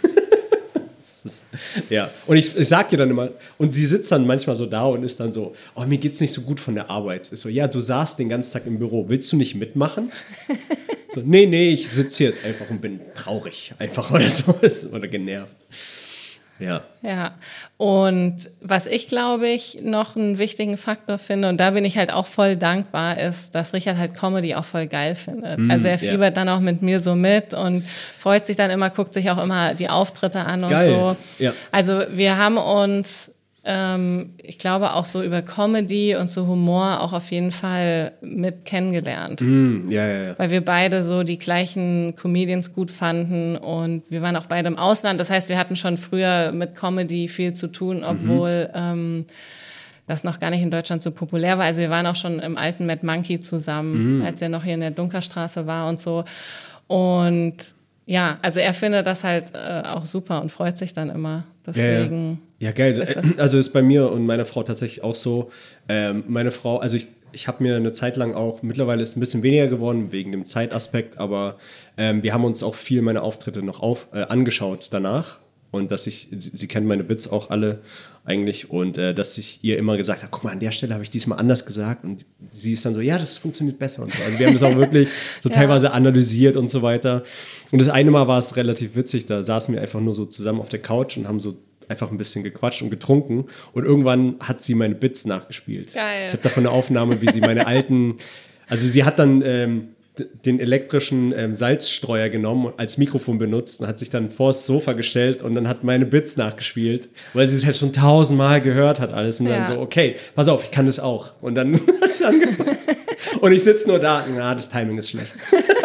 Ist, ja, und ich, ich sag ihr dann immer, und sie sitzt dann manchmal so da und ist dann so, oh, mir geht's nicht so gut von der Arbeit. Ist so, ja, du saßt den ganzen Tag im Büro, willst du nicht mitmachen? So, nee, nee, ich sitze hier jetzt einfach und bin traurig einfach oder so, oder genervt. Ja. Ja, und was ich, glaube ich, noch einen wichtigen Faktor finde, und da bin ich halt auch voll dankbar, ist, dass Richard halt Comedy auch voll geil findet. Mm, also er fiebert yeah. dann auch mit mir so mit und freut sich dann immer, guckt sich auch immer die Auftritte an und geil. so. Ja. Also wir haben uns ähm, ich glaube, auch so über Comedy und so Humor auch auf jeden Fall mit kennengelernt. Mm, ja, ja, ja. Weil wir beide so die gleichen Comedians gut fanden und wir waren auch beide im Ausland. Das heißt, wir hatten schon früher mit Comedy viel zu tun, obwohl mhm. ähm, das noch gar nicht in Deutschland so populär war. Also wir waren auch schon im alten Mad Monkey zusammen, mhm. als er noch hier in der Dunkerstraße war und so. Und ja, also er findet das halt äh, auch super und freut sich dann immer. Deswegen. Ja, ja. ja geil. Ist also ist bei mir und meiner Frau tatsächlich auch so. Ähm, meine Frau, also ich, ich habe mir eine Zeit lang auch, mittlerweile ist es ein bisschen weniger geworden wegen dem Zeitaspekt, aber ähm, wir haben uns auch viel meine Auftritte noch auf, äh, angeschaut danach. Und dass ich, sie, sie kennt meine Bits auch alle eigentlich und äh, dass ich ihr immer gesagt habe, guck mal, an der Stelle habe ich diesmal anders gesagt und sie ist dann so, ja, das funktioniert besser und so. Also wir haben das auch wirklich so ja. teilweise analysiert und so weiter. Und das eine Mal war es relativ witzig, da saßen wir einfach nur so zusammen auf der Couch und haben so einfach ein bisschen gequatscht und getrunken und irgendwann hat sie meine Bits nachgespielt. Geil. Ich habe davon eine Aufnahme, wie sie meine alten, also sie hat dann ähm, den elektrischen ähm, Salzstreuer genommen und als Mikrofon benutzt und hat sich dann vors Sofa gestellt und dann hat meine Bits nachgespielt, weil sie es halt schon tausendmal gehört hat alles und ja. dann so, okay, pass auf, ich kann das auch. Und dann hat sie angefangen. Und ich sitze nur da, na, das Timing ist schlecht.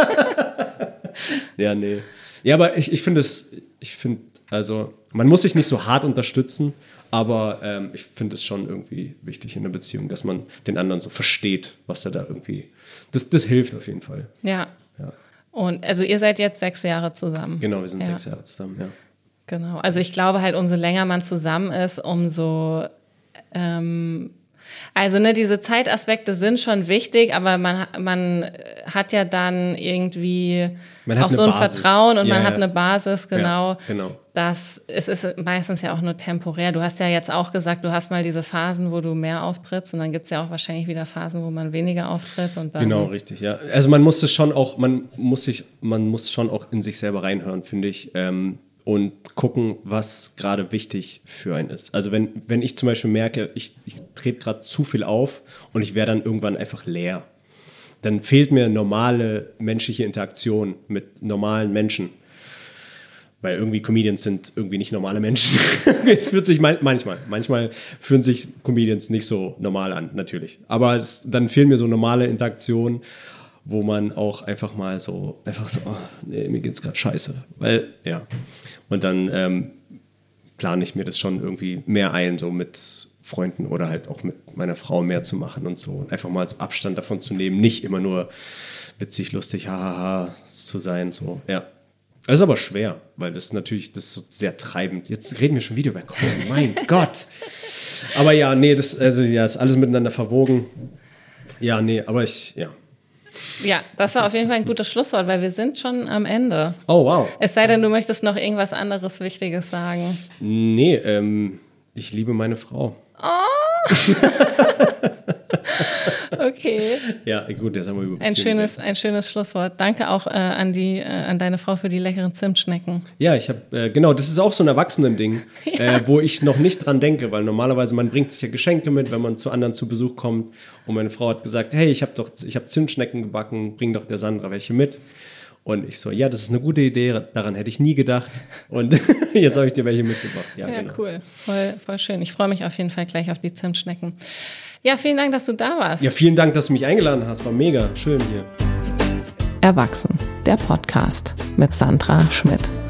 ja, nee. Ja, aber ich, ich finde es, ich finde, also man muss sich nicht so hart unterstützen, aber ähm, ich finde es schon irgendwie wichtig in der Beziehung, dass man den anderen so versteht, was er da irgendwie, das, das hilft auf jeden Fall. Ja. ja. Und also ihr seid jetzt sechs Jahre zusammen. Genau, wir sind ja. sechs Jahre zusammen, ja. Genau, also ich glaube halt, umso länger man zusammen ist, umso, ähm, also ne, diese Zeitaspekte sind schon wichtig, aber man, man hat ja dann irgendwie auch so ein Basis. Vertrauen und ja, man hat eine Basis, genau. Ja, genau. Das, es ist meistens ja auch nur temporär. Du hast ja jetzt auch gesagt, du hast mal diese Phasen, wo du mehr auftrittst und dann gibt es ja auch wahrscheinlich wieder Phasen, wo man weniger auftritt. Und dann genau, richtig, ja. Also man muss es schon auch, man muss sich, man muss schon auch in sich selber reinhören, finde ich, ähm, und gucken, was gerade wichtig für einen ist. Also wenn, wenn ich zum Beispiel merke, ich, ich trete gerade zu viel auf und ich wäre dann irgendwann einfach leer, dann fehlt mir normale menschliche Interaktion mit normalen Menschen. Weil irgendwie Comedians sind irgendwie nicht normale Menschen. Es fühlt sich man- manchmal, manchmal fühlen sich Comedians nicht so normal an, natürlich. Aber es, dann fehlen mir so normale Interaktionen, wo man auch einfach mal so, einfach so, oh, nee, mir geht's gerade scheiße. Weil, ja. Und dann ähm, plane ich mir das schon irgendwie mehr ein, so mit Freunden oder halt auch mit meiner Frau mehr zu machen und so. Und einfach mal so Abstand davon zu nehmen, nicht immer nur witzig, lustig, hahaha zu sein, so, ja. Das ist aber schwer, weil das natürlich, das ist so sehr treibend. Jetzt reden wir schon wieder über Comedy, mein Gott. Aber ja, nee, das, also ja, ist alles miteinander verwogen. Ja, nee, aber ich, ja. Ja, das war auf jeden Fall ein gutes Schlusswort, weil wir sind schon am Ende. Oh, wow. Es sei denn, du möchtest noch irgendwas anderes Wichtiges sagen. Nee, ähm, ich liebe meine Frau. Oh! Okay. Ja, gut, jetzt haben wir über ein schönes, ein schönes Schlusswort. Danke auch äh, an, die, äh, an deine Frau für die leckeren Zimtschnecken. Ja, ich habe, äh, genau, das ist auch so ein Erwachsenen-Ding, ja. äh, wo ich noch nicht dran denke, weil normalerweise man bringt sich ja Geschenke mit, wenn man zu anderen zu Besuch kommt. Und meine Frau hat gesagt, hey, ich habe doch, ich habe Zimtschnecken gebacken, bring doch der Sandra welche mit. Und ich so, ja, das ist eine gute Idee, daran hätte ich nie gedacht. Und jetzt habe ich dir welche mitgebracht. Ja, ja genau. Cool, voll, voll schön. Ich freue mich auf jeden Fall gleich auf die Zimtschnecken. Ja, vielen Dank, dass du da warst. Ja, vielen Dank, dass du mich eingeladen hast. War mega schön hier. Erwachsen, der Podcast mit Sandra Schmidt.